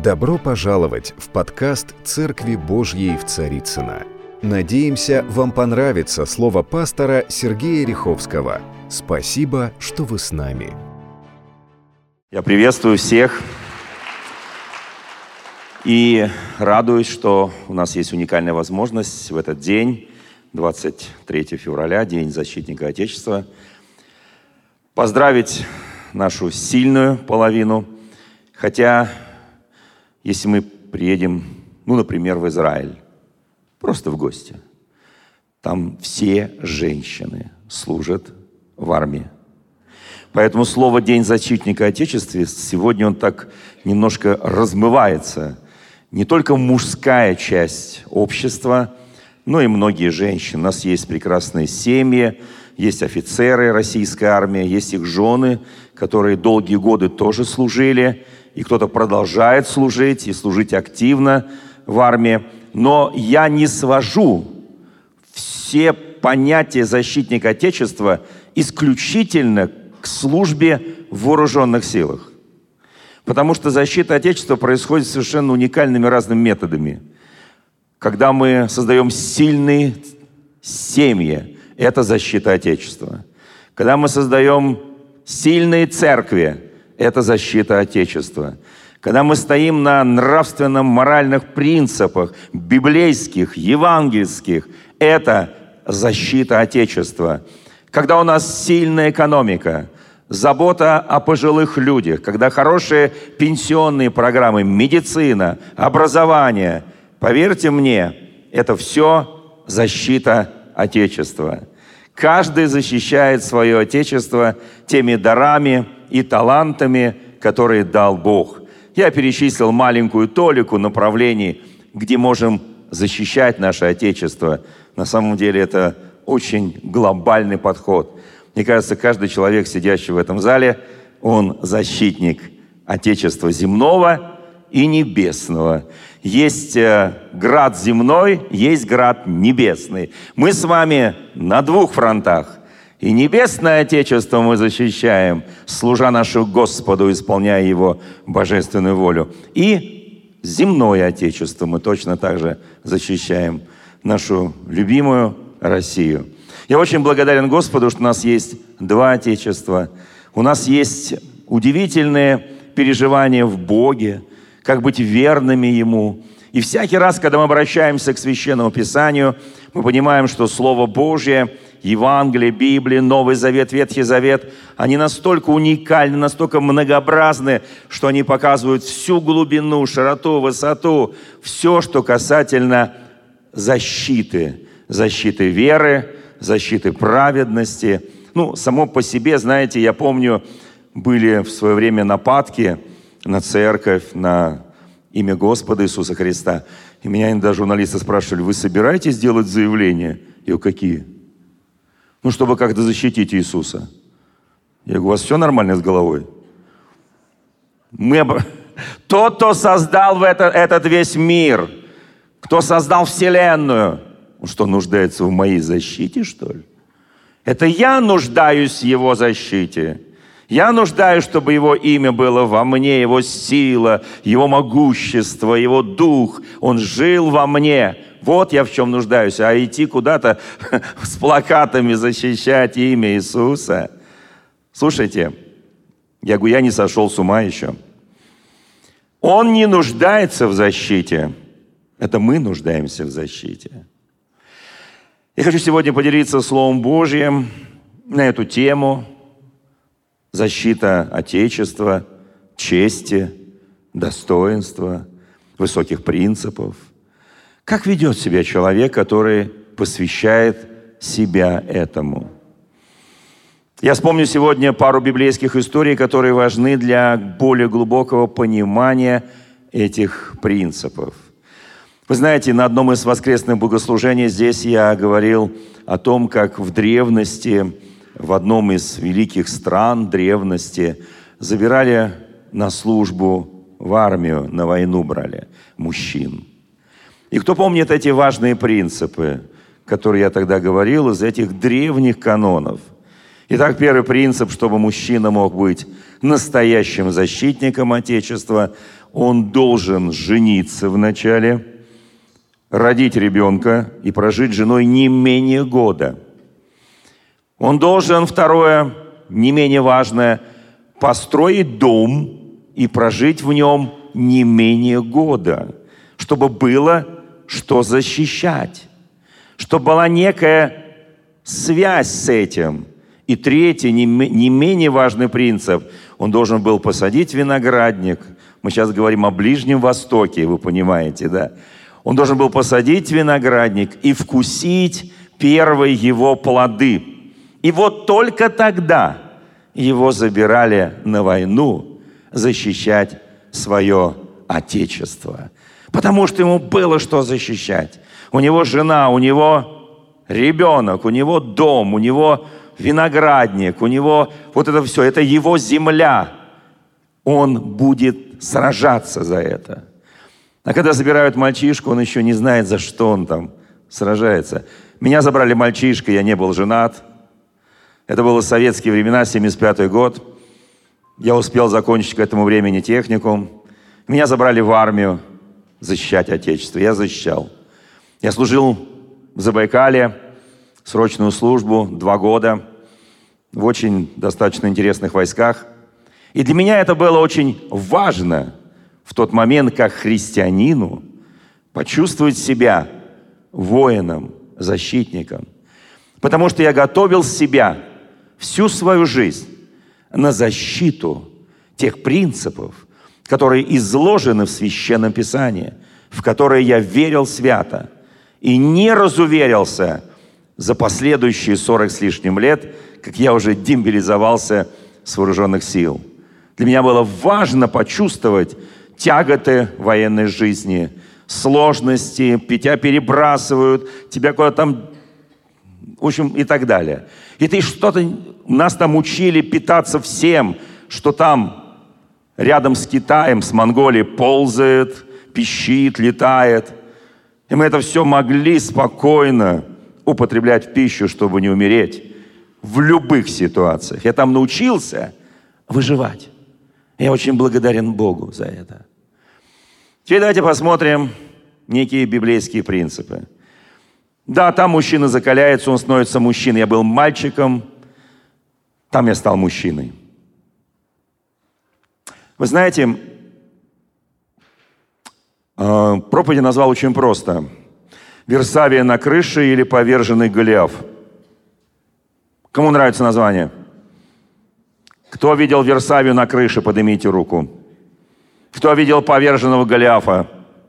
Добро пожаловать в подкаст «Церкви Божьей в Царицыно». Надеемся, вам понравится слово пастора Сергея Риховского. Спасибо, что вы с нами. Я приветствую всех и радуюсь, что у нас есть уникальная возможность в этот день, 23 февраля, День защитника Отечества, поздравить нашу сильную половину. Хотя, если мы приедем, например, в Израиль, просто в гости, там все женщины служат в армии. Поэтому слово «День защитника Отечества» сегодня он так немножко размывается. Не только мужская часть общества, но и многие женщины. У нас есть прекрасные семьи, есть офицеры российской армии, есть их жены, которые долгие годы тоже служили, и кто-то продолжает служить, и служить активно в армии. Но я не свожу все понятия защитника Отечества исключительно к службе в вооруженных силах. Потому что защита Отечества происходит совершенно уникальными разными методами. Когда мы создаем сильные семьи, это защита Отечества. Когда мы создаем сильные церкви, это защита Отечества. Когда мы стоим на нравственно-моральных принципах, библейских, евангельских, это защита Отечества. Когда у нас сильная экономика, забота о пожилых людях, когда хорошие пенсионные программы, медицина, образование, поверьте мне, это все защита Отечества. Каждый защищает свое Отечество теми дарами и талантами, которые дал Бог. Я перечислил маленькую толику направлений, где можем защищать наше Отечество. На самом деле это очень глобальный подход. Мне кажется, каждый человек, сидящий в этом зале, он защитник Отечества земного и небесного. Есть град земной, есть град небесный. Мы с вами на двух фронтах. И небесное Отечество мы защищаем, служа нашему Господу, исполняя Его божественную волю. И земное Отечество мы точно так же защищаем, нашу любимую Россию. Я очень благодарен Господу, что у нас есть два Отечества. У нас есть удивительные переживания в Боге, как быть верными Ему. И всякий раз, когда мы обращаемся к Священному Писанию, мы понимаем, что Слово Божье, Евангелие, Библия, Новый Завет, Ветхий Завет, они настолько уникальны, настолько многообразны, что они показывают всю глубину, широту, высоту, все, что касательно защиты веры, защиты праведности. Само по себе, знаете, я помню, были в свое время нападки на церковь, на имя Господа Иисуса Христа. И меня иногда журналисты спрашивали: вы собираетесь делать заявления? Я говорю: какие? Чтобы как-то защитить Иисуса. Я говорю: у вас все нормально с головой? Тот, кто создал этот весь мир, кто создал Вселенную, он что, нуждается в моей защите, что ли? Это я нуждаюсь в Его защите. Я нуждаюсь, чтобы Его имя было во мне, Его сила, Его могущество, Его дух. Он жил во мне. Вот я в чем нуждаюсь. А идти куда-то с плакатами защищать имя Иисуса. Слушайте, я говорю, я не сошел с ума еще. Он не нуждается в защите. Это мы нуждаемся в защите. Я хочу сегодня поделиться Словом Божьим на эту тему. Защита Отечества, чести, достоинства, высоких принципов. Как ведет себя человек, который посвящает себя этому? Я вспомню сегодня пару библейских историй, которые важны для более глубокого понимания этих принципов. Вы знаете, на одном из воскресных богослужений здесь я говорил о том, как в древности, в одном из великих стран древности забирали на службу в армию, на войну брали мужчин. И кто помнит эти важные принципы, которые я тогда говорил, из этих древних канонов? Итак, первый принцип, чтобы мужчина мог быть настоящим защитником Отечества, он должен жениться вначале, родить ребенка и прожить с женой не менее года. Он должен, второе, не менее важное, построить дом и прожить в нем не менее года, чтобы было что защищать, чтобы была некая связь с этим. И третий, не менее важный принцип, он должен был посадить виноградник. Мы сейчас говорим о Ближнем Востоке, вы понимаете, да? Он должен был посадить виноградник и вкусить первые его плоды. И вот только тогда его забирали на войну защищать свое Отечество. Потому что ему было что защищать. У него жена, у него ребенок, у него дом, у него виноградник, у него вот это все, это его земля. Он будет сражаться за это. А когда забирают мальчишку, он еще не знает, за что он там сражается. Меня забрали мальчишкой, я не был женат. Это было советские времена, 75-й год. Я успел закончить к этому времени техникум. Меня забрали в армию защищать Отечество. Я защищал. Я служил в Забайкалье, срочную службу, 2 года, в очень достаточно интересных войсках. И для меня это было очень важно в тот момент, как христианину, почувствовать себя воином, защитником. Потому что я готовил себя всю свою жизнь на защиту тех принципов, которые изложены в Священном Писании, в которые я верил свято и не разуверился за последующие 40 с лишним лет, как я уже демобилизовался с вооруженных сил. Для меня было важно почувствовать тяготы военной жизни, сложности, тебя перебрасывают, тебя куда-то там, в общем, и так далее. И ты что-то, нас там учили питаться всем, что там рядом с Китаем, с Монголией ползает, пищит, летает. И мы это все могли спокойно употреблять в пищу, чтобы не умереть в любых ситуациях. Я там научился выживать. Я очень благодарен Богу за это. Теперь давайте посмотрим некие библейские принципы. Да, там мужчина закаляется, он становится мужчиной. Я был мальчиком, там я стал мужчиной. Вы знаете, проповедь назвал очень просто. «Версавия на крыше» или «Поверженный Голиаф». Кому нравится название? Кто видел Версавию на крыше, поднимите руку. Кто видел поверженного Голиафа?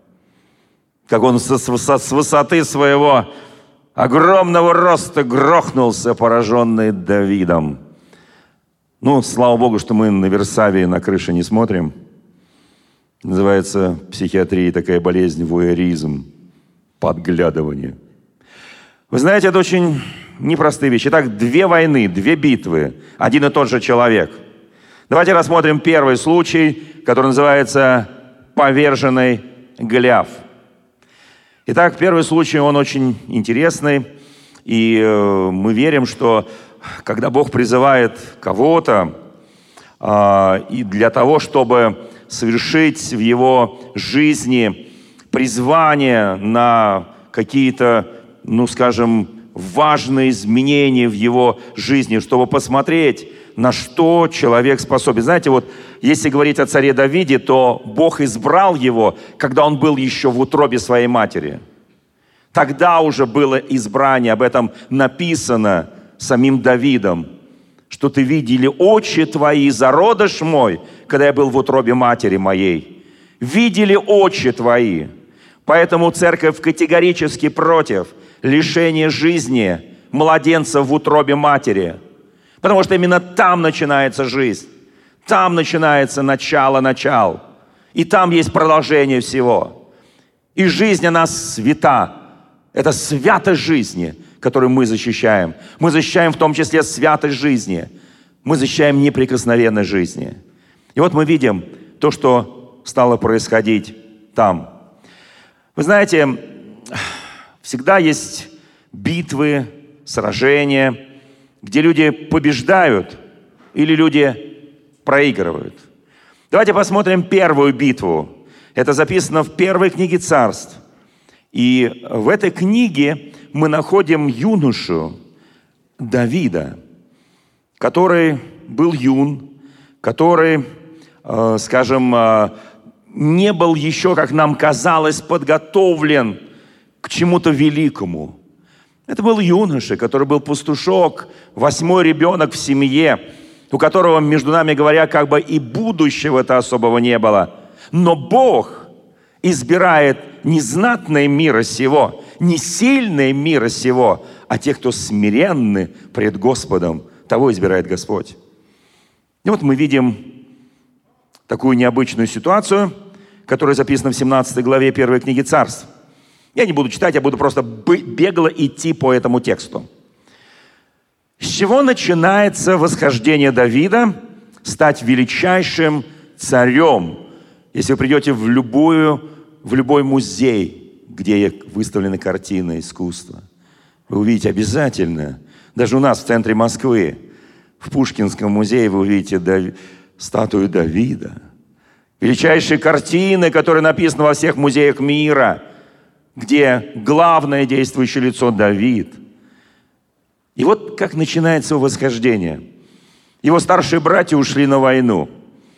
Как он с высоты своего огромного роста грохнулся, пораженный Давидом. Ну, слава Богу, что мы на Версавии на крыше не смотрим. Называется в психиатрии такая болезнь вуэризм, подглядывание. Вы знаете, это очень непростые вещи. Итак, 2 войны, 2 битвы, один и тот же человек. Давайте рассмотрим первый случай, который называется «Поверженный Голиаф». Итак, первый случай, он очень интересный. И мы верим, что когда Бог призывает кого-то и для того, чтобы совершить в его жизни призвание на какие-то, ну, скажем, важные изменения в его жизни, чтобы посмотреть, на что человек способен. Знаете, вот если говорить о царе Давиде, то Бог избрал его, когда он был еще в утробе своей матери. Тогда уже было избрание, об этом написано самим Давидом, что ты видели очи твои, зародыш мой, когда я был в утробе матери моей. Видели очи твои. Поэтому церковь категорически против лишения жизни младенца в утробе матери. Потому что именно там начинается жизнь. Там начинается начало. И там есть продолжение всего. И жизнь, она свята. Это святость жизни, которую мы защищаем. Мы защищаем в том числе святость жизни. Мы защищаем неприкосновенность жизни. И вот мы видим то, что стало происходить там. Вы знаете, всегда есть битвы, сражения, где люди побеждают или люди проигрывают. Давайте посмотрим первую битву. Это записано в первой книге Царств. И в этой книге мы находим юношу Давида, который был юн, который, скажем, не был еще, как нам казалось, подготовлен к чему-то великому. Это был юноша, который был пастушок, 8-й ребенок в семье, у которого, между нами говоря, как бы и будущего-то особого не было. Но Бог избирает не знатные мира сего, не сильные мира сего, а тех, кто смиренны пред Господом, того избирает Господь. И вот мы видим такую необычную ситуацию, которая записана в 17 главе 1 книги Царств. Я не буду читать, я буду просто бегло идти по этому тексту. С чего начинается восхождение Давида стать величайшим царем? Если вы придете в любой музей, где выставлены картины искусства, вы увидите обязательно, даже у нас в центре Москвы, в Пушкинском музее вы увидите статую Давида. Величайшие картины, которые написаны во всех музеях мира, где главное действующее лицо Давид. И вот как начинается его восхождение. Его старшие братья ушли на войну.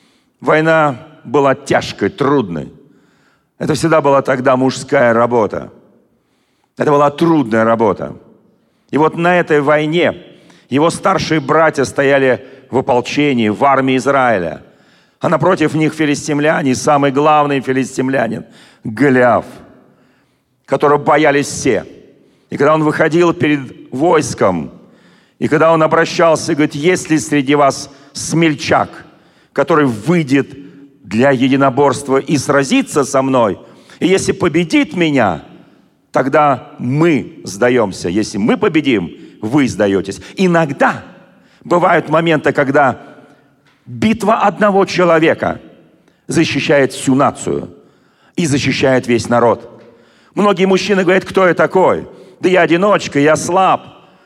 Война была тяжкой, трудной. Это всегда была тогда мужская работа. Это была трудная работа. И вот на этой войне его старшие братья стояли в ополчении, в армии Израиля. А напротив них филистимляне, самый главный филистимлянин Голиаф, которого боялись все. И когда он выходил перед войском, и когда он обращался, говорит, есть ли среди вас смельчак, который выйдет для единоборства и сразится со мной, и если победит меня, тогда мы сдаемся. Если мы победим, вы сдаетесь. Иногда бывают моменты, когда битва одного человека защищает всю нацию и защищает весь народ. Многие мужчины говорят, кто я такой? Да я одиночка, я слаб.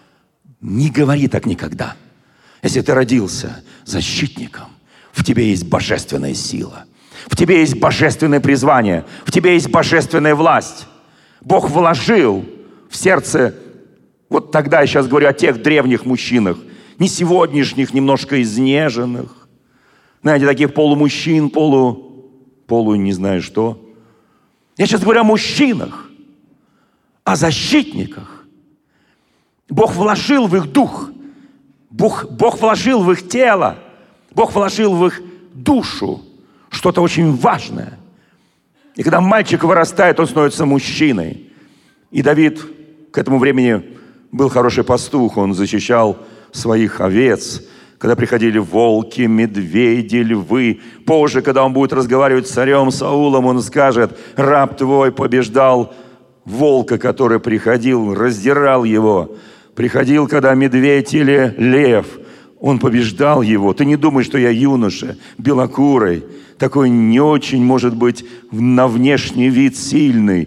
Не говори так никогда. Если ты родился защитником, в тебе есть божественная сила. В тебе есть божественное призвание. В тебе есть божественная власть. Бог вложил в сердце, вот тогда я сейчас говорю о тех древних мужчинах, не сегодняшних, немножко изнеженных. Знаете, таких полумужчин, полу не знаю что. Я сейчас говорю о мужчинах, о защитниках. Бог вложил в их дух. Бог вложил в их тело. Бог вложил в их душу что-то очень важное. И когда мальчик вырастает, он становится мужчиной. И Давид к этому времени был хороший пастух. Он защищал своих овец. Когда приходили волки, медведи, львы. Позже, когда он будет разговаривать с царем Саулом, он скажет, раб твой побеждал волка, который приходил, раздирал его. Приходил, когда медведь или лев, он побеждал его. Ты не думай, что я юноша, белокурый, такой не очень, может быть, на внешний вид сильный.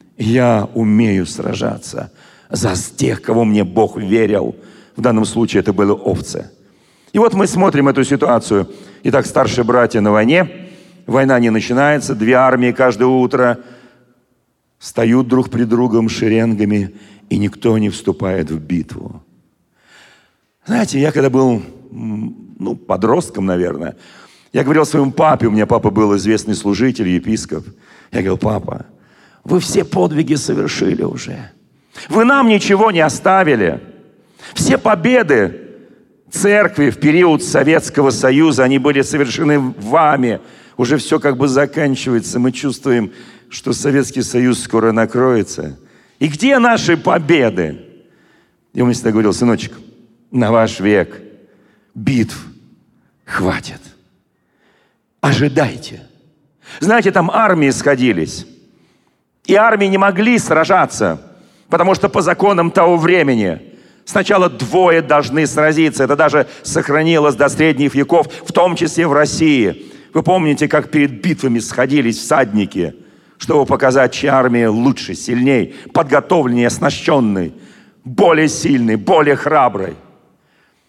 Я умею сражаться за тех, кого мне Бог верил. В данном случае это были овцы. И вот мы смотрим эту ситуацию. Итак, старшие братья на войне. Война не начинается. 2 армии каждое утро встают друг пред другом шеренгами, и никто не вступает в битву. Знаете, я когда был, подростком, наверное, я говорил своему папе, у меня папа был известный служитель, епископ. Я говорил, папа, вы все подвиги совершили уже. Вы нам ничего не оставили. Все победы церкви в период Советского Союза, они были совершены вами. Уже все как бы заканчивается. Мы чувствуем, что Советский Союз скоро накроется. И где наши победы? И он мне всегда говорил, сыночек, на ваш век битв хватит. Ожидайте. Знаете, там армии сходились. И армии не могли сражаться, потому что по законам того времени сначала 2 должны сразиться. Это даже сохранилось до средних веков, в том числе в России. Вы помните, как перед битвами сходились всадники, чтобы показать, чья армия лучше, сильней, подготовленнее, оснащенной, более сильной, более храброй.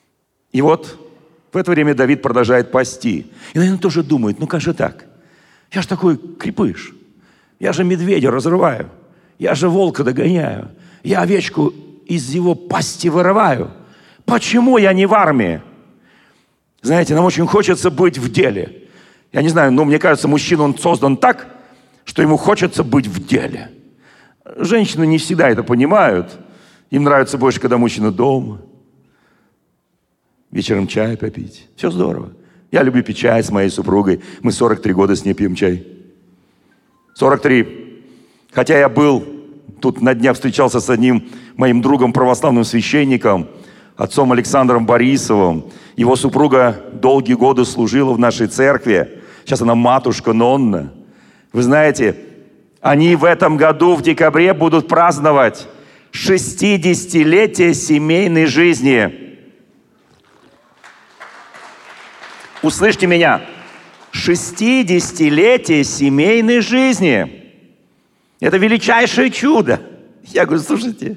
И вот в это время Давид продолжает пасти. И, наверное, тоже думает, как же так? Я же такой крепыш. Я же медведя разрываю. Я же волка догоняю. Я овечку из его пасти вырываю. Почему я не в армии? Знаете, нам очень хочется быть в деле. Я не знаю, но мне кажется, мужчина, он создан так, что ему хочется быть в деле. Женщины не всегда это понимают. Им нравится больше, когда мужчина дома. Вечером чай попить. Все здорово. Я люблю пить чай с моей супругой. Мы 43 года с ней пьем чай. 43. Хотя я был, тут на днях встречался с одним моим другом, православным священником, отцом Александром Борисовым. Его супруга долгие годы служила в нашей церкви. Сейчас она матушка Нонна. Вы знаете, они в этом году, в декабре, будут праздновать 60-летие семейной жизни. Услышьте меня. 60-летие семейной жизни. Это величайшее чудо. Я говорю, слушайте,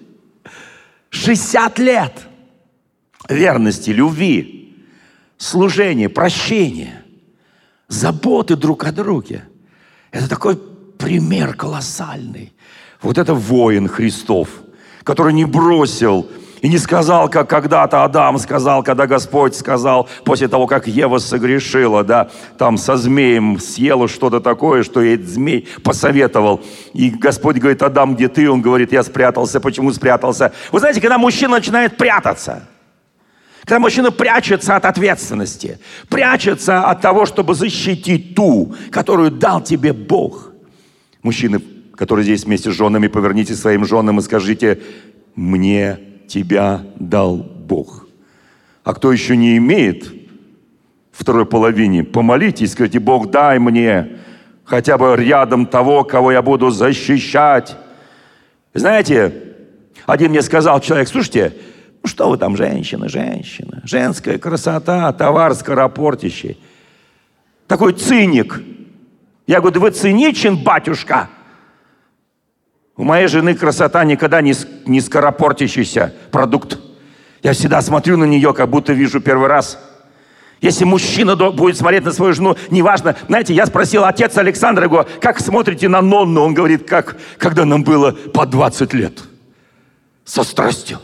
60 лет верности, любви, служения, прощения, заботы друг о друге. Это такой пример колоссальный. Вот это воин Христов, который не бросил и не сказал, как когда-то Адам сказал, когда Господь сказал, после того, как Ева согрешила, да, там со змеем съела что-то такое, что ей змей посоветовал. И Господь говорит, Адам, где ты? Он говорит, я спрятался. Почему спрятался? Вы знаете, когда мужчина начинает прятаться, когда мужчина прячется от ответственности, прячется от того, чтобы защитить ту, которую дал тебе Бог. Мужчины, которые здесь вместе с женами, повернитесь к своим женам и скажите, мне тебя дал Бог. А кто еще не имеет второй половине, помолитесь, скажите, Бог, дай мне хотя бы рядом того, кого я буду защищать. Знаете, один мне сказал человек, слушайте, ну что вы там, женщина, женская красота, товар скоропортящий. Такой циник. Я говорю, да вы циничен, батюшка. У моей жены красота никогда не скоропортящийся продукт. Я всегда смотрю на нее, как будто вижу первый раз. Если мужчина будет смотреть на свою жену, неважно. Знаете, я спросил отец Александра, говорю, как смотрите на Нонну? Он говорит, как когда нам было по 20 лет. Со страстью.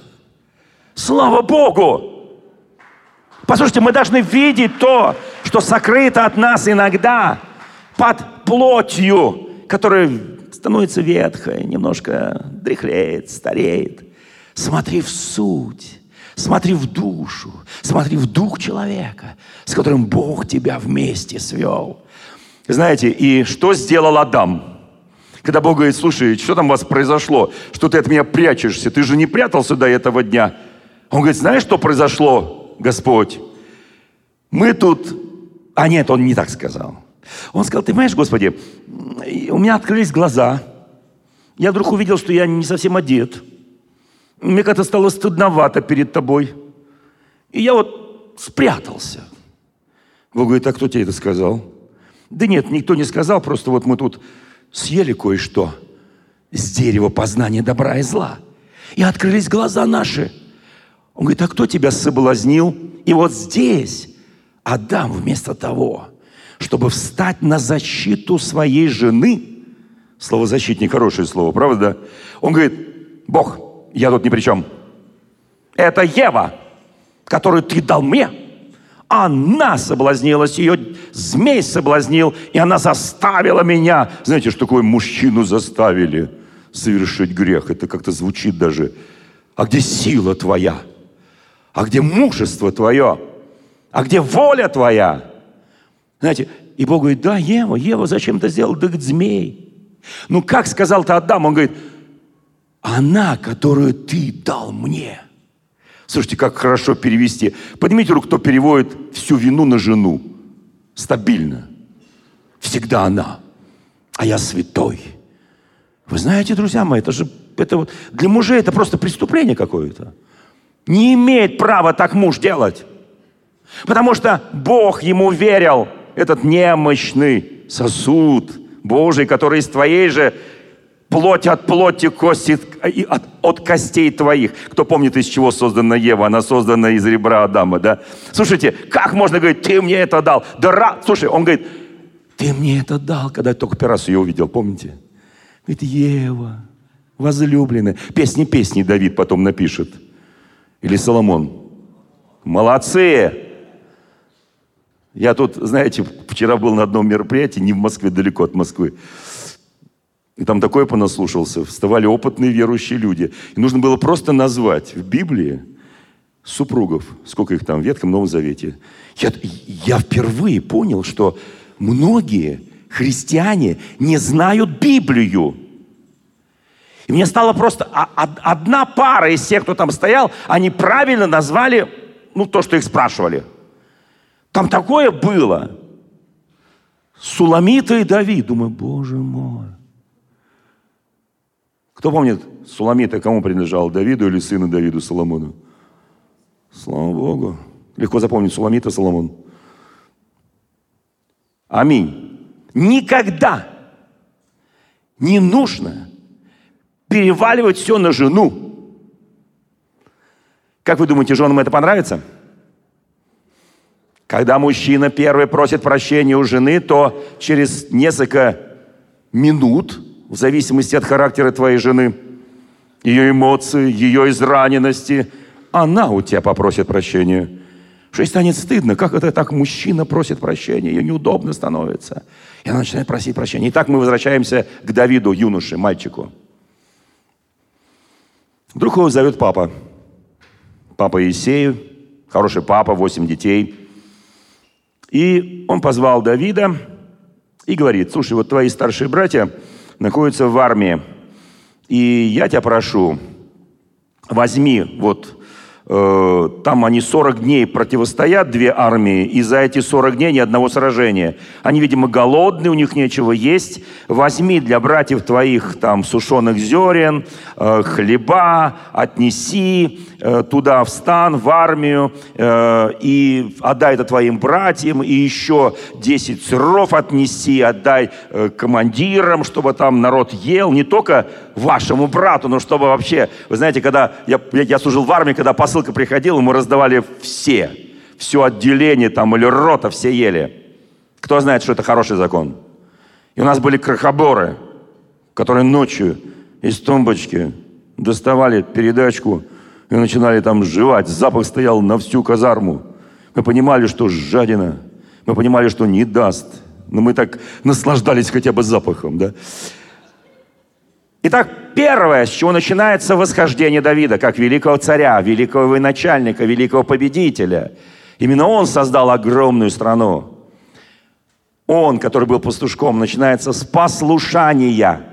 Слава Богу! Послушайте, мы должны видеть то, что сокрыто от нас иногда под плотью, которая становится ветхой, немножко дряхлеет, стареет. Смотри в суть, смотри в душу, смотри в дух человека, с которым Бог тебя вместе свел. Знаете, и что сделал Адам? Когда Бог говорит, слушай, что там у вас произошло? Что ты от меня прячешься? Ты же не прятался до этого дня. Он говорит, знаешь, что произошло, Господь? Мы тут... А нет, он не так сказал. Он сказал, ты понимаешь, Господи, у меня открылись глаза. Я вдруг увидел, что я не совсем одет. Мне как-то стало стыдновато перед тобой. И я вот спрятался. Бог говорит, а кто тебе это сказал? Да нет, никто не сказал, просто вот мы тут съели кое-что с дерева познания добра и зла. И открылись глаза наши. Он говорит, а кто тебя соблазнил? И вот здесь Адам вместо того, чтобы встать на защиту своей жены, слово «защитник» хорошее слово, правда? Он говорит, Бог, я тут ни при чем. Это Ева, которую ты дал мне. Она соблазнилась, ее змей соблазнил, и она заставила меня. Знаете, что такое мужчину заставили совершить грех? Это как-то звучит даже. А где сила твоя? А где мужество твое? А где воля твоя? Знаете, и Бог говорит, да, Ева, зачем ты сделал? Да, говорит, змей. Ну, как сказал-то Адам? Он говорит, она, которую ты дал мне. Слушайте, как хорошо перевести. Поднимите руку, кто переводит всю вину на жену. Стабильно. Всегда она. А я святой. Вы знаете, друзья мои, это для мужей это просто преступление какое-то. Не имеет права так муж делать. Потому что Бог ему верил. Этот немощный сосуд Божий, который из твоей же плоть от плоти, кости от костей твоих. Кто помнит, из чего создана Ева? Она создана из ребра Адама, да? Слушайте, как можно говорить, ты мне это дал? Слушай, он говорит, Ты мне это дал, когда я только первый раз ее увидел, помните? Говорит, Ева, возлюбленная. Песни Давид потом напишет. Или Соломон. Молодцы! Я тут, знаете, вчера был на одном мероприятии, не в Москве, далеко от Москвы. И там такое понаслушался. Вставали опытные верующие люди. И нужно было просто назвать в Библии супругов. Сколько их там в Ветхом, Новом Завете. Я впервые понял, что многие христиане не знают Библию. И мне стало просто... Одна пара из тех, кто там стоял, они правильно назвали, то, что их спрашивали. Там такое было. Суламита и Давид. Думаю, Боже мой. Кто помнит, Суламита кому принадлежал? Давиду или сыну Давиду, Соломону? Слава Богу. Легко запомнить, Суламита, Соломон. Аминь. Никогда не нужно переваливать все на жену. Как вы думаете, женам это понравится? Когда мужчина первый просит прощения у жены, то через несколько минут, в зависимости от характера твоей жены, ее эмоций, ее израненности, она у тебя попросит прощения. Что ей станет стыдно, как это так мужчина просит прощения, ее неудобно становится. И она начинает просить прощения. Итак, мы возвращаемся к Давиду, юноше, мальчику. Вдруг его зовет папа. Папа Иисею, хороший папа, 8 детей. И он позвал Давида и говорит, слушай, вот твои старшие братья находятся в армии, и я тебя прошу, возьми, там они 40 дней противостоят, две армии, и за эти 40 дней ни одного сражения. Они, видимо, голодные, у них нечего есть. Возьми для братьев твоих там сушеных зерен, хлеба, отнеси туда в стан, в армию, и отдай это твоим братьям, и еще 10 сыров отнеси, отдай командирам, чтобы там народ ел, не только вашему брату, но чтобы вообще, вы знаете, когда я служил в армии, когда посылка приходила, мы раздавали все отделение там или рота, все ели. Кто знает, что это хороший закон? И у нас были крохоборы, которые ночью из тумбочки доставали передачку и начинали там жевать. Запах стоял на всю казарму. Мы понимали, что жадина. Мы понимали, что не даст. Но мы так наслаждались хотя бы запахом, да? Итак, первое, с чего начинается восхождение Давида, как великого царя, великого военачальника, великого победителя. Именно он создал огромную страну. Он, который был пастушком, начинается с послушания.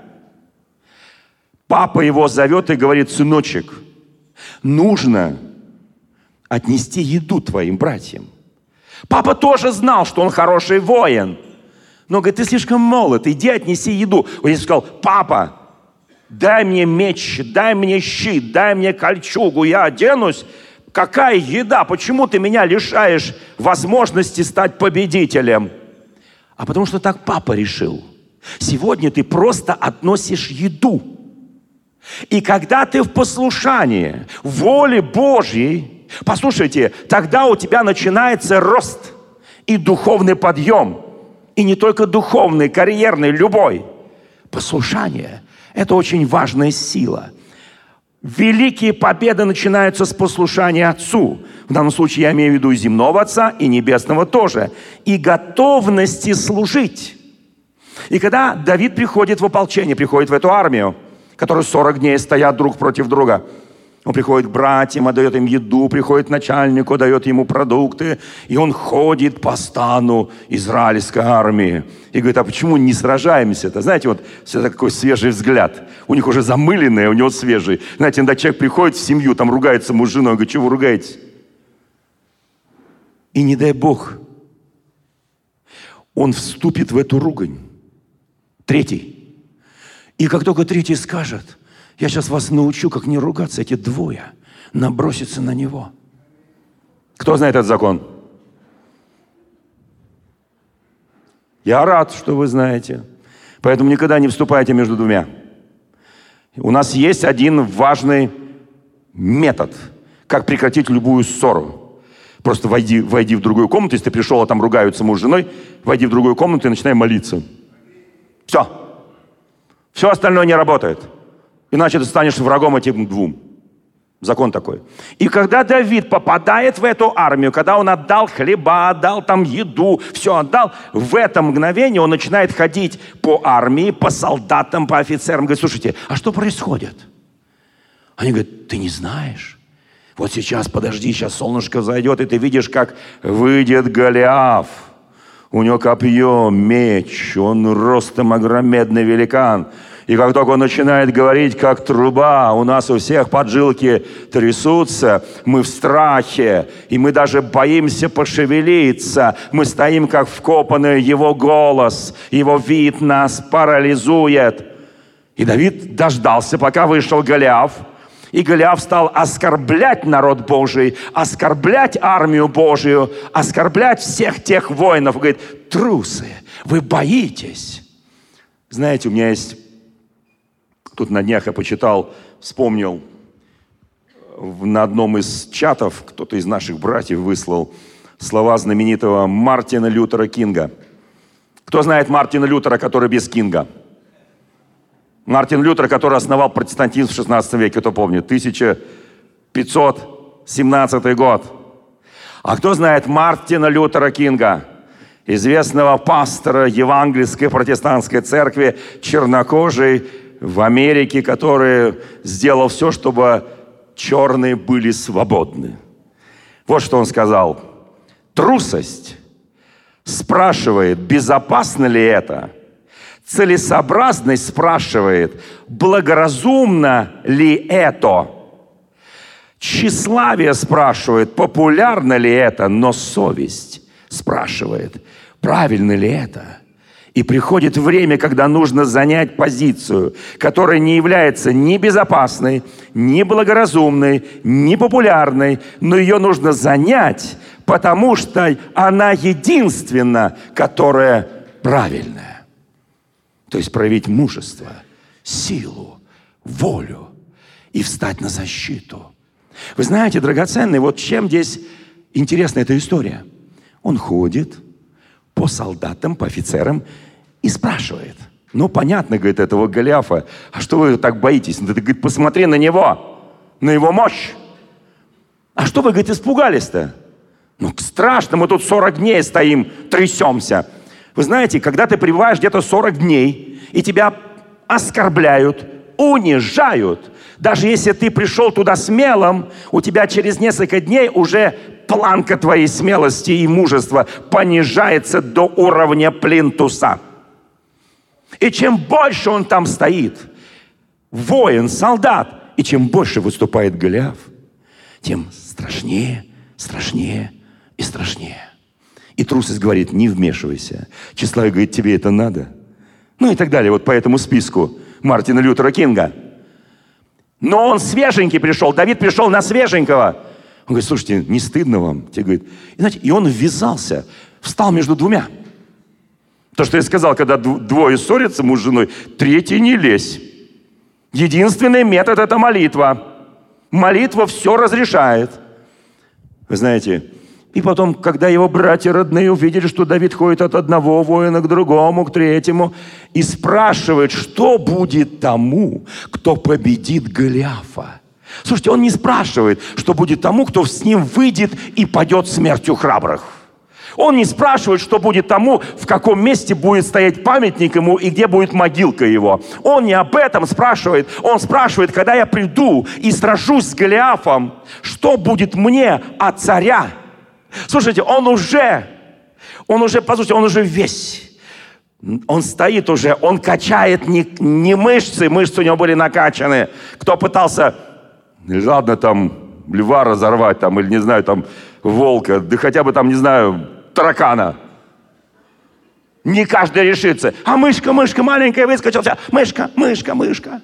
Папа его зовет и говорит, сыночек, нужно отнести еду твоим братьям. Папа тоже знал, что он хороший воин. Но говорит, ты слишком молод, иди отнеси еду. Он сказал, папа, дай мне меч, дай мне щит, дай мне кольчугу, я оденусь. Какая еда? Почему ты меня лишаешь возможности стать победителем? А потому что так папа решил. Сегодня ты просто относишь еду. И когда ты в послушании воле Божьей, послушайте, тогда у тебя начинается рост и духовный подъем. И не только духовный, карьерный, любой. Послушание – это очень важная сила. Великие победы начинаются с послушания Отцу. В данном случае я имею в виду и земного Отца, и небесного тоже. И готовности служить. И когда Давид приходит в ополчение, приходит в эту армию, которые 40 дней стоят друг против друга, он приходит к братьям, отдает им еду, приходит к начальнику, дает ему продукты, и он ходит по стану израильской армии. И говорит, а почему не сражаемся-то? Знаете, вот всегда такой свежий взгляд. У них уже замыленное, у него свежий. Знаете, иногда человек приходит в семью, там ругается муж с женой, говорит, что вы ругаетесь? И не дай Бог, он вступит в эту ругань. Третий. И как только третий скажет, я сейчас вас научу, как не ругаться, эти двое набросятся на него. Кто знает этот закон? Я рад, что вы знаете. Поэтому никогда не вступайте между двумя. У нас есть один важный метод, как прекратить любую ссору. Просто войди в другую комнату, если ты пришел, а там ругаются муж с женой, войди в другую комнату и начинай молиться. Все. Все остальное не работает. Иначе ты станешь врагом этим двум. Закон такой. И когда Давид попадает в эту армию, когда он отдал хлеба, отдал там еду, все отдал, в это мгновение он начинает ходить по армии, по солдатам, по офицерам. Говорит, слушайте, а что происходит? Они говорят, ты не знаешь? Вот сейчас, подожди, сейчас солнышко взойдет, и ты видишь, как выйдет Голиаф. У него копье, меч, он ростом огромедный великан. И как только он начинает говорить, как труба, у нас у всех поджилки трясутся, мы в страхе, и мы даже боимся пошевелиться. Мы стоим, как вкопанные, его голос, его вид нас парализует. И Давид дождался, пока вышел Голиаф, и Голиаф стал оскорблять народ Божий, оскорблять армию Божию, оскорблять всех тех воинов. Говорит, трусы, вы боитесь. Знаете, у меня есть... Тут на днях я почитал, вспомнил, на одном из чатов кто-то из наших братьев выслал слова знаменитого Мартина Лютера Кинга. Кто знает Мартина Лютера, который без Кинга? Мартин Лютер, который основал протестантизм в 16 веке, кто помнит? 1517 год. А кто знает Мартина Лютера Кинга? Известного пастора Евангельской протестантской церкви, чернокожий, в Америке, который сделал все, чтобы черные были свободны. Вот что он сказал. Трусость спрашивает, безопасно ли это? Целесообразность спрашивает, благоразумно ли это? Тщеславие спрашивает, популярно ли это? Но совесть спрашивает, правильно ли это? И приходит время, когда нужно занять позицию, которая не является ни безопасной, ни благоразумной, ни популярной, но ее нужно занять, потому что она единственная, которая правильная. То есть проявить мужество, силу, волю и встать на защиту. Вы знаете, драгоценный, вот чем здесь интересна эта история? Он ходит по солдатам, по офицерам и спрашивает. Ну, понятно, говорит, этого Голиафа. А что вы так боитесь? Ну, ты, говорит, посмотри на него, на его мощь. А что вы, говорит, испугались-то? Ну, страшно, мы тут 40 дней стоим, трясемся. Вы знаете, когда ты пребываешь где-то 40 дней, и тебя оскорбляют, унижают, даже если ты пришел туда смелым, у тебя через несколько дней уже планка твоей смелости и мужества понижается до уровня плинтуса. И чем больше он там стоит, воин, солдат, и чем больше выступает Голиаф, тем страшнее, страшнее и страшнее. И трусость говорит, не вмешивайся. Тщеславие говорит, тебе это надо. Ну и так далее, вот по этому списку Мартина Лютера Кинга. Но он свеженький пришел, Давид пришел на свеженького. Он говорит, слушайте, не стыдно вам? Тебе говорит, и, знаете, и он ввязался, встал между двумя. То, что я сказал, когда двое ссорятся, муж с женой, третий не лезь. Единственный метод – это молитва. Молитва все разрешает. Вы знаете, и потом, когда его братья родные увидели, что Давид ходит от одного воина к другому, к третьему, и спрашивает, что будет тому, кто победит Голиафа. Слушайте, он не спрашивает, что будет тому, кто с ним выйдет и падет смертью храбрых. Он не спрашивает, что будет тому, в каком месте будет стоять памятник ему и где будет могилка его. Он не об этом спрашивает. Он спрашивает, когда я приду и сражусь с Голиафом, что будет мне от царя? Слушайте, он уже, послушайте, он уже весь. Он стоит уже, он качает не мышцы у него были накачаны. Кто пытался, ладно, там, льва разорвать, там, или, не знаю, там, волка, да хотя бы там, не знаю, таракана. Не каждый решится. А мышка маленькая выскочила. Мышка.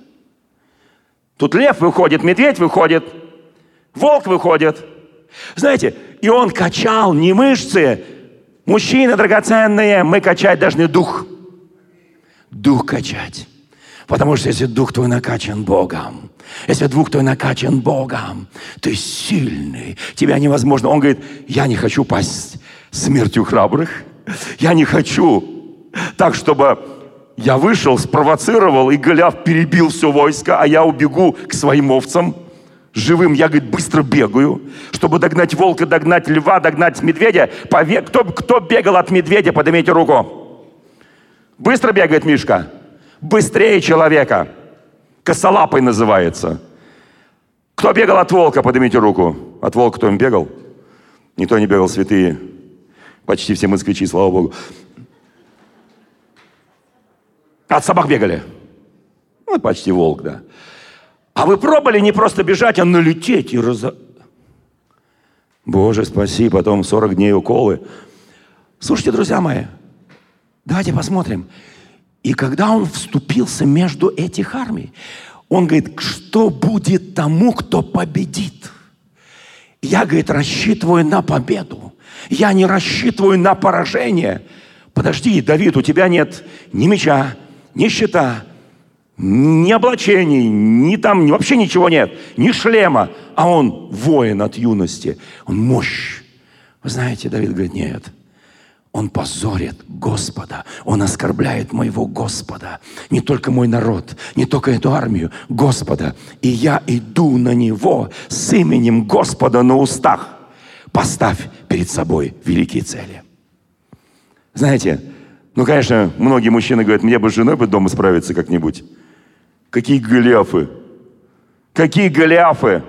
Тут лев выходит, медведь выходит, волк выходит. Знаете, и он качал не мышцы. Мужчины драгоценные, мы качать должны дух. Дух качать. Потому что если дух твой накачан Богом, Если дух твой накачан Богом, ты сильный, тебя невозможно. Он говорит, я не хочу пасть смертью храбрых. Я не хочу так, чтобы я вышел, спровоцировал, и Голиаф перебил все войско, а я убегу к своим овцам живым. Я, говорит, быстро бегаю, чтобы догнать волка, догнать льва, догнать медведя. Кто бегал от медведя, поднимите руку. Быстро бегает Мишка. Быстрее человека. Косолапый называется. Кто бегал от волка, поднимите руку. От волка кто-нибудь бегал? Никто не бегал, святые. Почти все москвичи, слава Богу. От собак бегали. Ну, почти волк, да. А вы пробовали не просто бежать, а налететь и Боже, спаси, потом 40 дней уколы. Слушайте, друзья мои, давайте посмотрим. И когда он вступился между этих армий, он говорит, что будет тому, кто победит? Я, говорит, рассчитываю на победу. Я не рассчитываю на поражение. Подожди, Давид, у тебя нет ни меча, ни щита, ни облачений, вообще ничего нет, ни шлема. А он воин от юности, он мощь. Вы знаете, Давид говорит, нет. Он позорит Господа. Он оскорбляет моего Господа. Не только мой народ, не только эту армию, Господа. И я иду на него с именем Господа на устах. Поставь перед собой великие цели. Знаете, конечно, многие мужчины говорят, мне бы с женой дома справиться как-нибудь. Какие Голиафы? Какие Голиафы?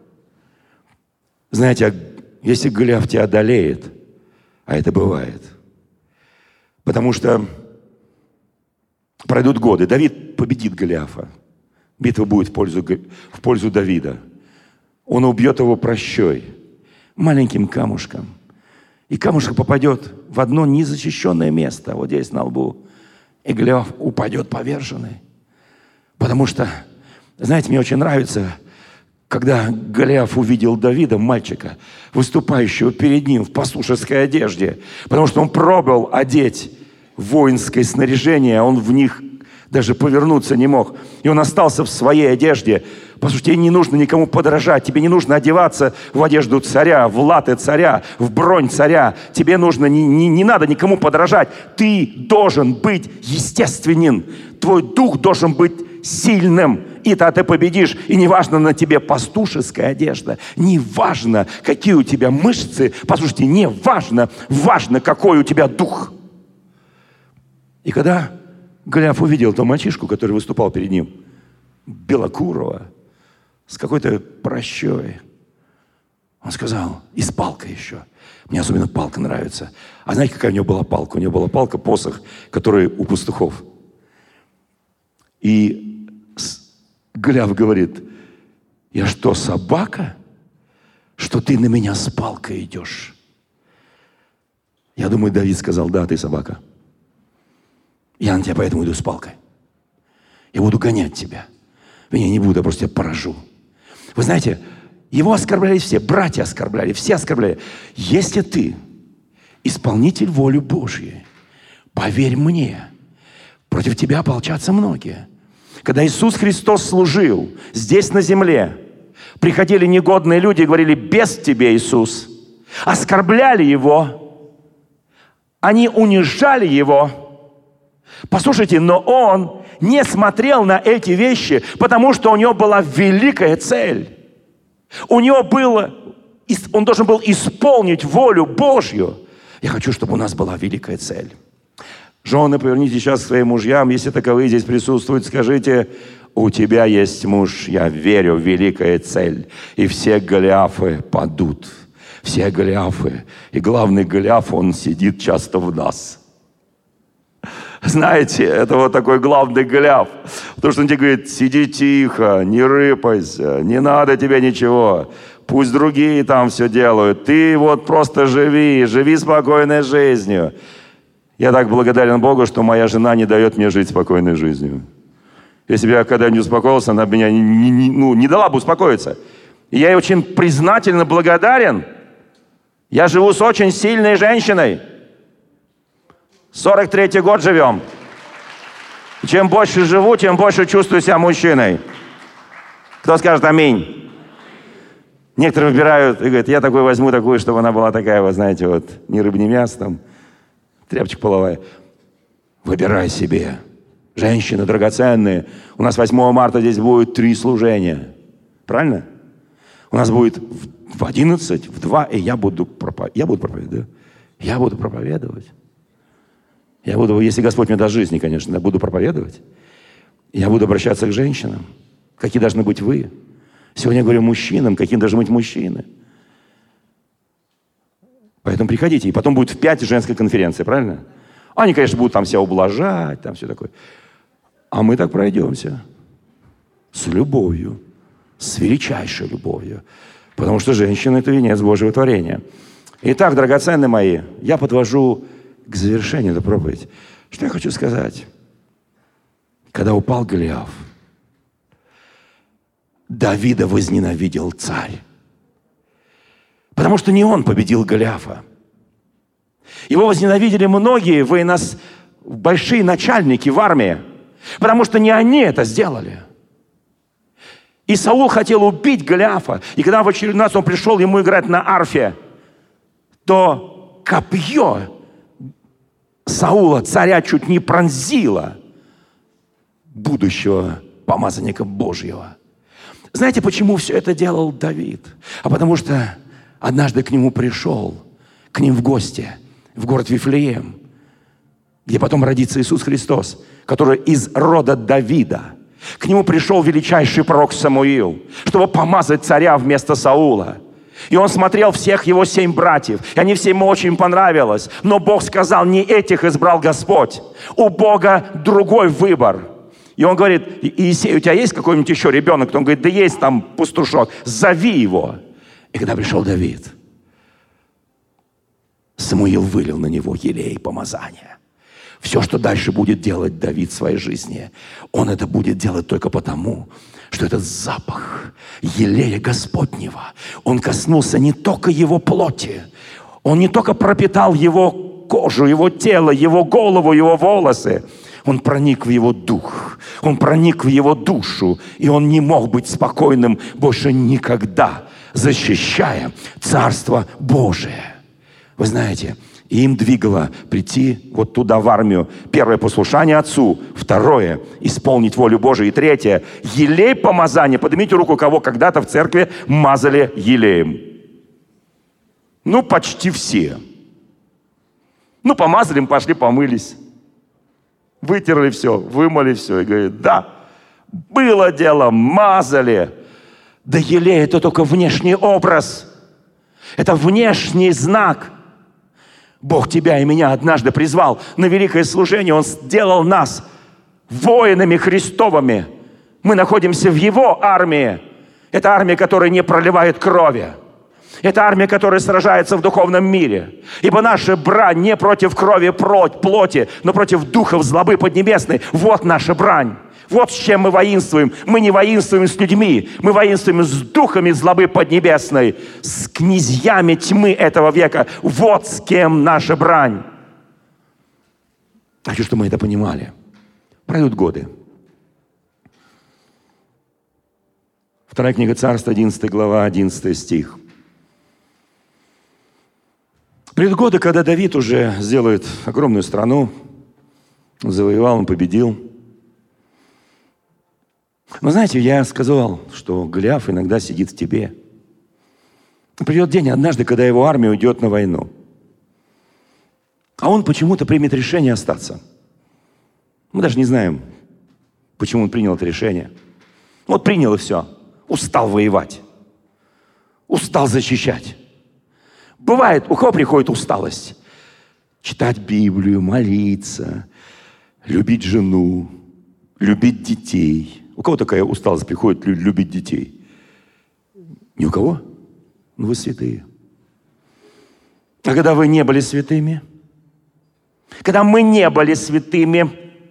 Знаете, если Голиаф тебя одолеет, а это бывает. Потому что пройдут годы. Давид победит Голиафа. Битва будет в пользу Давида. Он убьет его прощой, маленьким камушком. И камушек попадет в одно незащищенное место, вот здесь на лбу. И Голиаф упадет поверженный. Потому что, знаете, мне очень нравится, когда Голиаф увидел Давида, мальчика, выступающего перед ним в пастушеской одежде, потому что он пробовал одеть воинское снаряжение, он в них даже повернуться не мог. И он остался в своей одежде. Послушайте, тебе не нужно никому подражать, тебе не нужно одеваться в одежду царя, в латы царя, в бронь царя. Тебе нужно, не надо никому подражать. Ты должен быть естественен. Твой дух должен быть сильным. И тогда ты победишь. И не важно, на тебе пастушеская одежда. Не важно, какие у тебя мышцы. Послушайте, не важно. Важно, какой у тебя дух. И когда Голиаф увидел этого мальчишку, который выступал перед ним, белокурого, с какой-то прощой, он сказал, и с палкой еще. Мне особенно палка нравится. А знаете, какая у него была палка? У него была палка, посох, который у пастухов. И Голиаф говорит, я что, собака, что ты на меня с палкой идешь? Я думаю, Давид сказал, да, ты собака. Я на тебя поэтому иду с палкой. Я буду гонять тебя. Я не буду, я просто тебя поражу. Вы знаете, его оскорбляли все, братья оскорбляли, все оскорбляли. Если ты исполнитель воли Божьей, поверь мне, против тебя ополчатся многие. Когда Иисус Христос служил здесь на земле, приходили негодные люди и говорили, без тебе, Иисус. Оскорбляли Его. Они унижали Его. Послушайте, но Он не смотрел на эти вещи, потому что у Него была великая цель. Он должен был исполнить волю Божью. Я хочу, чтобы у нас была великая цель. Жены, поверните сейчас к своим мужьям, если таковые здесь присутствуют, скажите, у тебя есть муж, я верю в великая цель, и все Голиафы падут. Все Голиафы. И главный Голиаф, он сидит часто в нас. Знаете, это вот такой главный Голиаф. Потому что он тебе говорит, сиди тихо, не рыпайся, не надо тебе ничего. Пусть другие там все делают. Ты вот просто живи спокойной жизнью. Я так благодарен Богу, что моя жена не дает мне жить спокойной жизнью. Если бы я когда-нибудь успокоился, она бы меня не дала бы успокоиться. И я ей очень признательно благодарен. Я живу с очень сильной женщиной. 43-й год живем. И чем больше живу, тем больше чувствую себя мужчиной. Кто скажет аминь? Некоторые выбирают и говорят, я такой возьму, такую, чтобы она была такая, вы знаете, вот, ни рыба, ни мясо, там, тряпочка половая. Выбирай себе. Женщины драгоценные. У нас 8 марта здесь будет 3 служения. Правильно? У нас будет в 11, в 2, и я буду проповедовать. Да? Я буду проповедовать. Я буду, если Господь мне даст жизни, конечно, я буду проповедовать. Я буду обращаться к женщинам. Какие должны быть вы? Сегодня я говорю мужчинам, каким должны быть мужчины. Поэтому приходите. И потом будет в 5 женская конференция, правильно? Они, конечно, будут там себя ублажать, там все такое. А мы так пройдемся. С любовью. С величайшей любовью. Потому что женщина – это венец Божьего творения. Итак, драгоценные мои, я подвожу к завершению эту проповедь. Что я хочу сказать? Когда упал Голиаф, Давида возненавидел царь. Потому что не он победил Голиафа. Его возненавидели многие большие начальники в армии, потому что не они это сделали. И Саул хотел убить Голиафа. И когда в очередной раз он пришел ему играть на арфе, то копье Саула, царя, чуть не пронзило будущего помазанника Божьего. Знаете, почему все это делал Давид? А потому что однажды к нему пришел, к ним в гости, в город Вифлеем, где потом родится Иисус Христос, который из рода Давида. К нему пришел величайший пророк Самуил, чтобы помазать царя вместо Саула. И он смотрел всех его 7 братьев, и они все ему очень понравилось. Но Бог сказал, не этих избрал Господь. У Бога другой выбор. И он говорит, Иисей, у тебя есть какой-нибудь еще ребенок? Он говорит, да есть там пастушок, зови его. И когда пришел Давид, Самуил вылил на него елей помазания. Все, что дальше будет делать Давид в своей жизни, он это будет делать только потому, что этот запах елея Господнего, он коснулся не только его плоти, он не только пропитал его кожу, его тело, его голову, его волосы, он проник в его дух, он проник в его душу, и он не мог быть спокойным больше никогда, защищая Царство Божие. Вы знаете, им двигало прийти вот туда, в армию. Первое – послушание Отцу. Второе – исполнить волю Божию. И третье – елей помазания. Поднимите руку, кого когда-то в церкви мазали елеем. Ну, почти все. Ну, помазали, пошли, помылись. Вытерли все, вымыли все. И говорит, да, было дело, мазали. Да елей – это только внешний образ. Это внешний знак. Бог тебя и меня однажды призвал на великое служение. Он сделал нас воинами Христовыми. Мы находимся в Его армии. Это армия, которая не проливает крови. Это армия, которая сражается в духовном мире. Ибо наша брань не против крови плоти, но против духов злобы поднебесной. Вот наша брань. Вот с чем мы воинствуем. Мы не воинствуем с людьми. Мы воинствуем с духами злобы поднебесной, с князьями тьмы этого века. Вот с кем наша брань. Хочу, чтобы мы это понимали. Пройдут годы. 2 книга Царств, 11 глава, 11 стих. Придут годы, когда Давид уже сделает огромную страну, завоевал, он победил. Но знаете, я сказал, что Голиаф иногда сидит в тебе. Придет день однажды, когда его армия уйдет на войну. А он почему-то примет решение остаться. Мы даже не знаем, почему он принял это решение. Вот принял и все. Устал воевать. Устал защищать. Бывает, у кого приходит усталость? Читать Библию, молиться, любить жену, любить детей. У кого такая усталость приходит любить детей? Ни у кого? Ну, вы святые. А когда вы не были святыми? Когда мы не были святыми?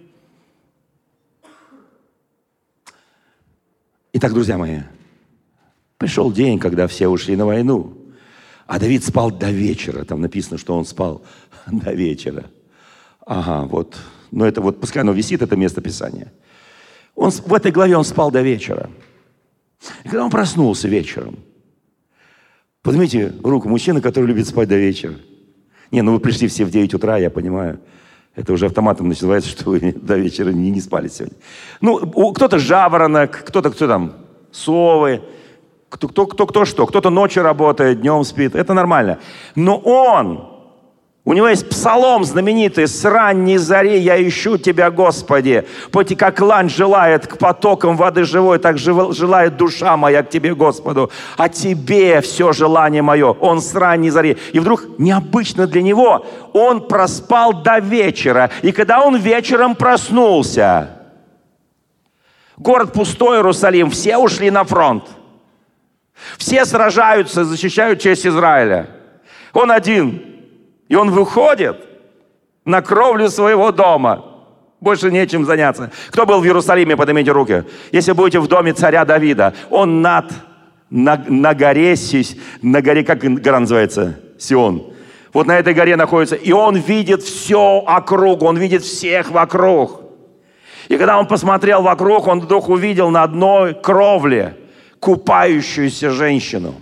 Итак, друзья мои, пришел день, когда все ушли на войну, а Давид спал до вечера. Там написано, что он спал до вечера. Ага, вот. Но это вот, пускай оно висит, это место Писания. В этой главе он спал до вечера. когда он проснулся вечером, поднимите руку мужчина, который любит спать до вечера. Не, ну вы пришли все в 9 утра, я понимаю. Это уже автоматом называется, что вы до вечера не спали сегодня. Ну, кто-то жаворонок, кто там, совы, кто что. Кто-то ночью работает, днем спит. Это нормально. Но у него есть псалом знаменитый: «С ранней зари я ищу Тебя, Господи. Пойти, как лань желает к потокам воды живой, так желает душа моя к Тебе, Господу. А Тебе все желание мое». Он с ранней зари. И вдруг, необычно для него, он проспал до вечера. И когда он вечером проснулся, город пустой, Иерусалим, все ушли на фронт. Все сражаются, защищают честь Израиля. Он один. И он выходит на кровлю своего дома. Больше нечем заняться. Кто был в Иерусалиме, поднимите руки. Если будете в доме царя Давида, он на горе, как гора называется? Сион. Вот на этой горе находится. И он видит все округ, он видит всех вокруг. И когда он посмотрел вокруг, он вдруг увидел на одной кровле купающуюся женщину.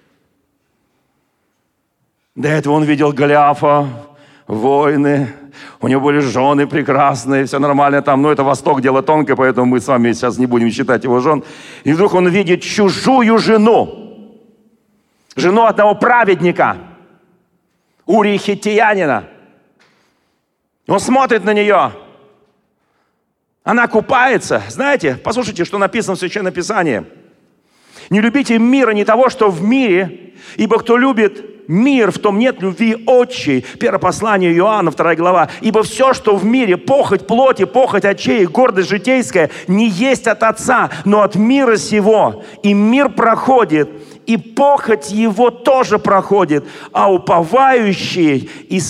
До этого он видел Голиафа, войны, у него были жены прекрасные, все нормально там. Но это Восток, дело тонкое, поэтому мы с вами сейчас не будем считать его жен. И вдруг он видит чужую жену. Жену одного праведника, Урии Хиттиянина. Он смотрит на нее. Она купается. Знаете, послушайте, что написано в Священном Писании. «Не любите мира, не того, что в мире, ибо кто любит мир, в том нет любви отчей». Первое послание Иоанна, 2 глава. «Ибо все, что в мире, похоть плоти, похоть очей, гордость житейская, не есть от Отца, но от мира сего. И мир проходит, и похоть его тоже проходит, а уповающие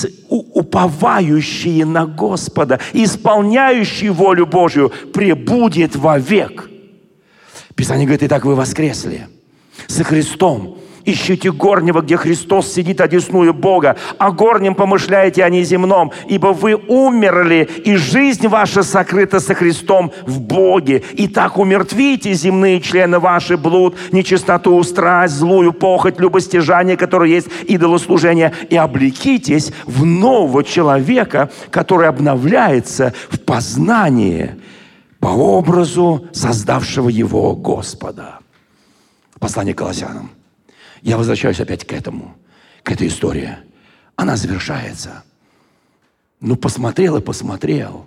на Господа, исполняющие волю Божию, пребудет вовек». Писание говорит: «Итак, вы воскресли со Христом. Ищите горнего, где Христос сидит одесную Бога, о горнем помышляете, а не земном, ибо вы умерли, и жизнь ваша сокрыта со Христом в Боге. Итак, умертвите земные члены ваши: блуд, нечистоту, страсть, злую похоть, любостяжание, которое есть идолослужение, и облекитесь в нового человека, который обновляется в познании по образу создавшего его Господа». Послание к Колоссянам. Я возвращаюсь опять к этой истории. Она завершается. Ну, посмотрел и посмотрел.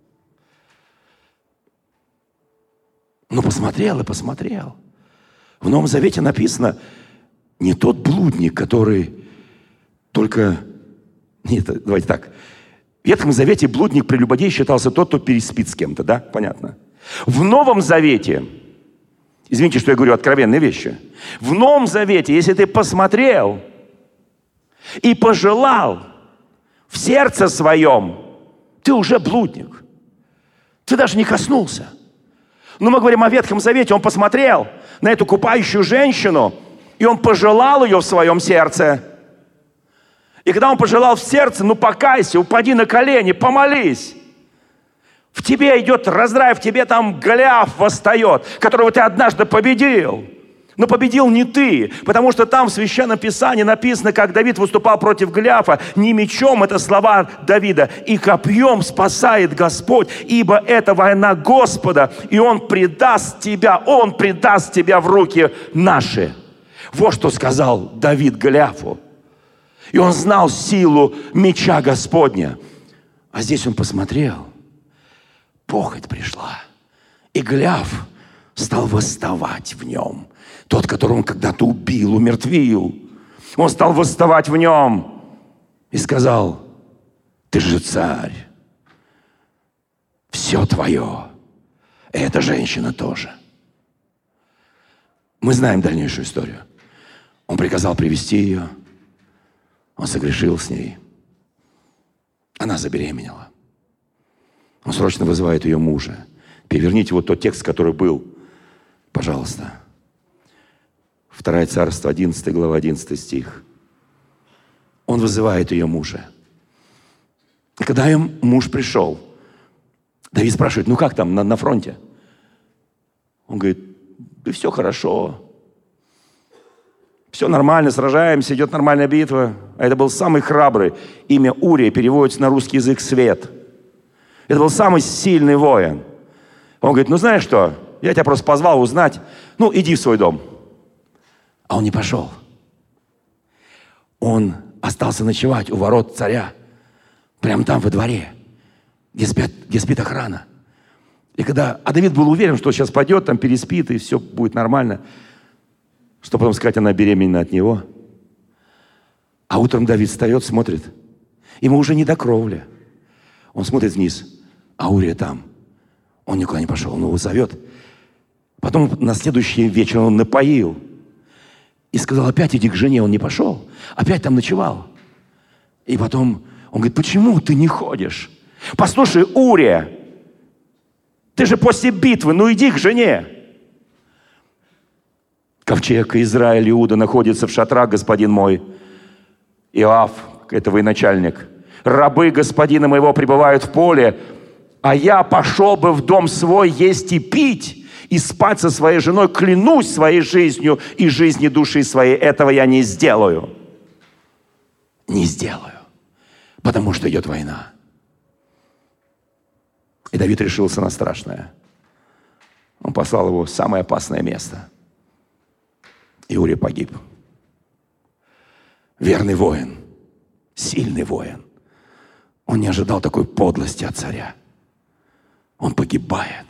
Ну, посмотрел и посмотрел. В Новом Завете написано: не тот блудник, который только... Нет, давайте так. В Ветхом Завете блудник, прелюбодей считался тот, кто переспит с кем-то, да? Понятно. В Новом Завете, извините, что я говорю откровенные вещи, в Новом Завете, если ты посмотрел и пожелал в сердце своем, ты уже блудник. Ты даже не коснулся. Но мы говорим о Ветхом Завете. Он посмотрел на эту купающую женщину, и он пожелал ее в своем сердце. И когда он пожелал в сердце: ну покайся, упади на колени, помолись. В тебе идет раздрай, в тебе там Голиаф восстает, которого ты однажды победил. Но победил не ты, потому что там в Священном Писании написано, как Давид выступал против Голиафа: не мечом, это слова Давида, и копьем спасает Господь, ибо это война Господа, и Он предаст тебя в руки наши. Вот что сказал Давид Голиафу. И он знал силу меча Господня. А здесь он посмотрел. Похоть пришла. И Голиаф стал восставать в нем. Тот, которого он когда-то убил, умертвил. Он стал восставать в нем. И сказал: ты же царь. Все твое. И эта женщина тоже. Мы знаем дальнейшую историю. Он приказал привести ее. Он согрешил с ней. Она забеременела. Он срочно вызывает ее мужа. Переверните вот тот текст, который был. Пожалуйста. 2 Царство, 11 глава, 11 стих. Он вызывает ее мужа. И когда ее муж пришел, Давид спрашивает: ну как там на фронте? Он говорит: да все хорошо. Все нормально, сражаемся, идет нормальная битва. А это был самый храбрый. Имя Урия переводится на русский язык «свет». Это был самый сильный воин. Он говорит, ну знаешь что, я тебя просто позвал узнать, ну иди в свой дом. А он не пошел. Он остался ночевать у ворот царя, прямо там во дворе, где спит охрана. А Давид был уверен, что сейчас пойдет, там переспит, и все будет нормально. Что потом сказать, она беременна от него. А утром Давид встает, смотрит. Ему уже не до кровли. Он смотрит вниз, а Урия там. Он никуда не пошел, он его зовет. Потом на следующий вечер он напоил. И сказал, опять иди к жене. Он не пошел, опять там ночевал. И потом он говорит, почему ты не ходишь? Послушай, Урия, ты же после битвы, ну иди к жене. Ковчег Израиль, Иуда находится в шатрах, господин мой. Иоав, это военачальник. Рабы господина моего пребывают в поле, а я пошел бы в дом свой есть и пить, и спать со своей женой, клянусь своей жизнью и жизнью души своей. Этого я не сделаю. Не сделаю, потому что идет война. И Давид решился на страшное. Он послал его в самое опасное место. И Урия погиб. Верный воин, сильный воин. Он не ожидал такой подлости от царя. Он погибает.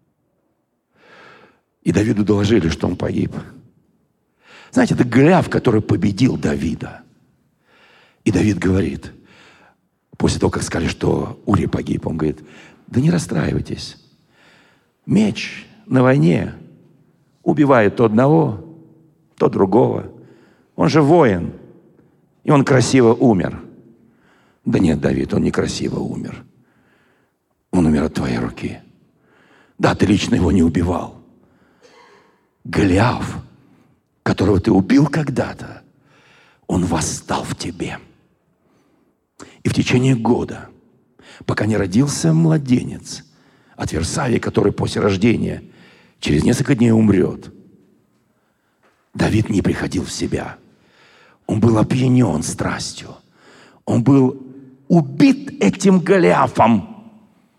И Давиду доложили, что он погиб. Знаете, это Голиаф, который победил Давида. И Давид говорит, после того, как сказали, что Урия погиб, он говорит, да не расстраивайтесь. Меч на войне убивает то одного, то другого. Он же воин. И он красиво умер. Да нет, Давид, он некрасиво умер. Он умер от твоей руки. Да, ты лично его не убивал. Голиаф, которого ты убил когда-то, он восстал в тебе. И в течение года, пока не родился младенец от Версавии, который после рождения через несколько дней умрет, Давид не приходил в себя. Он был опьянен страстью. Он был убит этим Голиафом.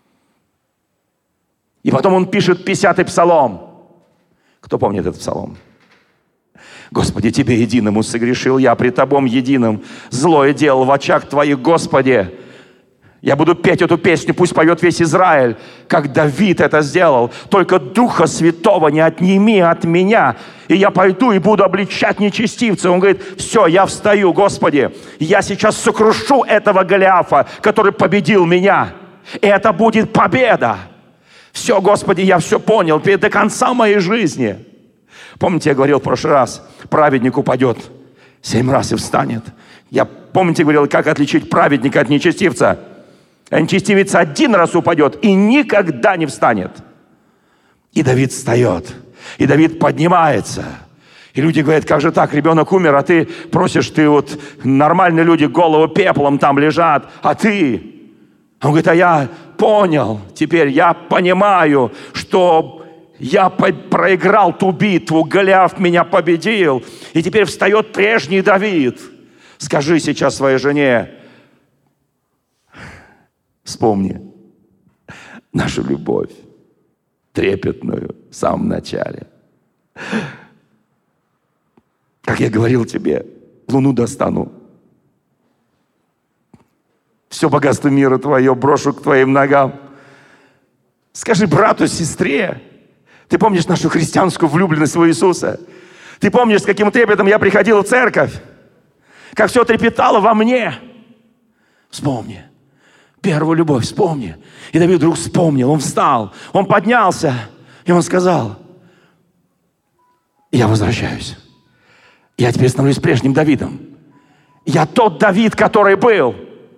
И потом он пишет 50-й псалом. Кто помнит этот псалом? Господи, Тебе единому согрешил я, при Тобом единым злое делал в очах Твоих, Господи. Я буду петь эту песню, пусть поет весь Израиль, как Давид это сделал. Только Духа Святого не отними от меня, и я пойду и буду обличать нечестивца. Он говорит, все, я встаю, Господи, я сейчас сокрушу этого Голиафа, который победил меня, и это будет победа. Все, Господи, я все понял, до конца моей жизни. Помните, я говорил в прошлый раз, праведник упадет 7 раз и встанет. Помните, говорил, как отличить праведника от нечестивца? А нечестивец 1 раз упадет и никогда не встанет. И Давид встает, и Давид поднимается. И люди говорят, как же так, ребенок умер, а ты просишь, нормальные люди голову пеплом там лежат, а ты... Он говорит, а я понял, теперь я понимаю, что я проиграл ту битву, Голиаф меня победил, и теперь встает прежний Давид. Скажи сейчас своей жене, вспомни нашу любовь трепетную в самом начале. Как я говорил тебе, луну достану. Все богатство мира твое брошу к твоим ногам. Скажи брату, сестре, ты помнишь нашу христианскую влюбленность в Иисуса? Ты помнишь, с каким трепетом я приходил в церковь? Как все трепетало во мне? Вспомни. Первую любовь вспомни. И Давид вдруг вспомнил, он встал, он поднялся, и он сказал, я возвращаюсь. Я теперь становлюсь прежним Давидом. Я тот Давид, который был.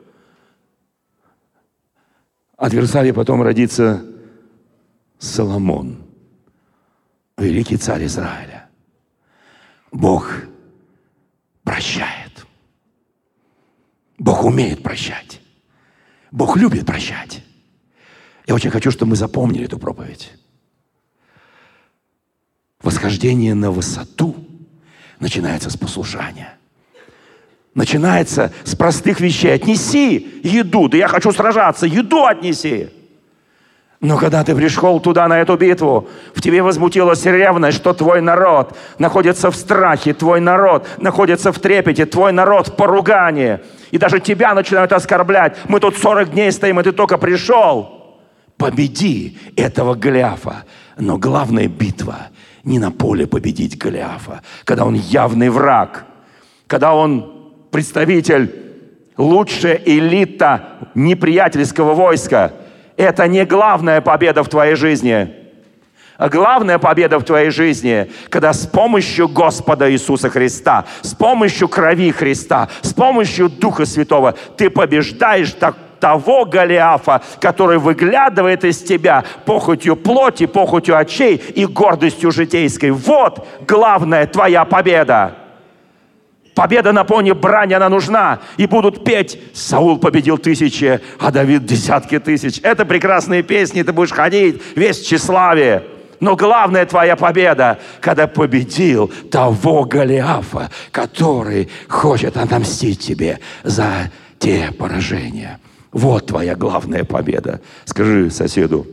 От Версавии потом родится Соломон, великий царь Израиля. Бог прощает. Бог умеет прощать. Бог любит прощать. Я очень хочу, чтобы мы запомнили эту проповедь. Восхождение на высоту начинается с послушания. Начинается с простых вещей. Отнеси еду. Да я хочу сражаться. Еду отнеси. Но когда ты пришел туда, на эту битву, в тебе возмутилась ревность, что твой народ находится в страхе, твой народ находится в трепете, твой народ в поругании. И даже тебя начинают оскорблять. Мы тут 40 дней стоим, и ты только пришел. Победи этого Голиафа. Но главная битва не на поле победить Голиафа, когда он явный враг, когда он представитель, лучшая элита неприятельского войска. Это не главная победа в твоей жизни. А главная победа в твоей жизни, когда с помощью Господа Иисуса Христа, с помощью крови Христа, с помощью Духа Святого ты побеждаешь того Голиафа, который выглядывает из тебя похотью плоти, похотью очей и гордостью житейской. Вот главная твоя победа. Победа на поле брани, она нужна. И будут петь: Саул победил тысячи, а Давид десятки тысяч. Это прекрасные песни, ты будешь ходить весь в тщеславии. Но главная твоя победа, когда победил того Голиафа, который хочет отомстить тебе за те поражения. Вот твоя главная победа. Скажи соседу: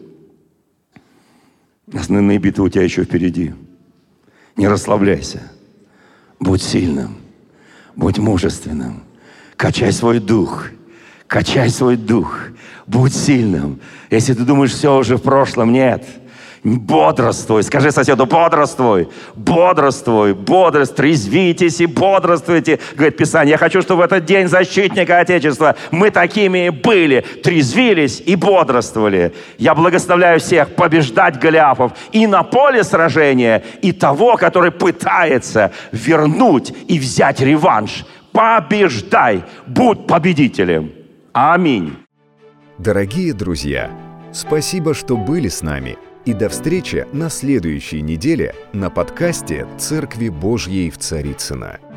основные битвы у тебя еще впереди. Не расслабляйся. Будь сильным. Будь мужественным. Качай свой дух. Качай свой дух. Будь сильным. Если ты думаешь, все уже в прошлом, нет. Бодрствуй. Скажи соседу: бодрствуй. Бодрствуй. Бодрствуй. Трезвитесь и бодрствуйте. Говорит Писание: я хочу, чтобы в этот день защитника Отечества мы такими и были. Трезвились и бодрствовали. Я благословляю всех побеждать Голиафов и на поле сражения, и того, который пытается вернуть и взять реванш. Побеждай. Будь победителем. Аминь. Дорогие друзья, спасибо, что были с нами. И до встречи на следующей неделе на подкасте «Церкви Божьей в Царицыно».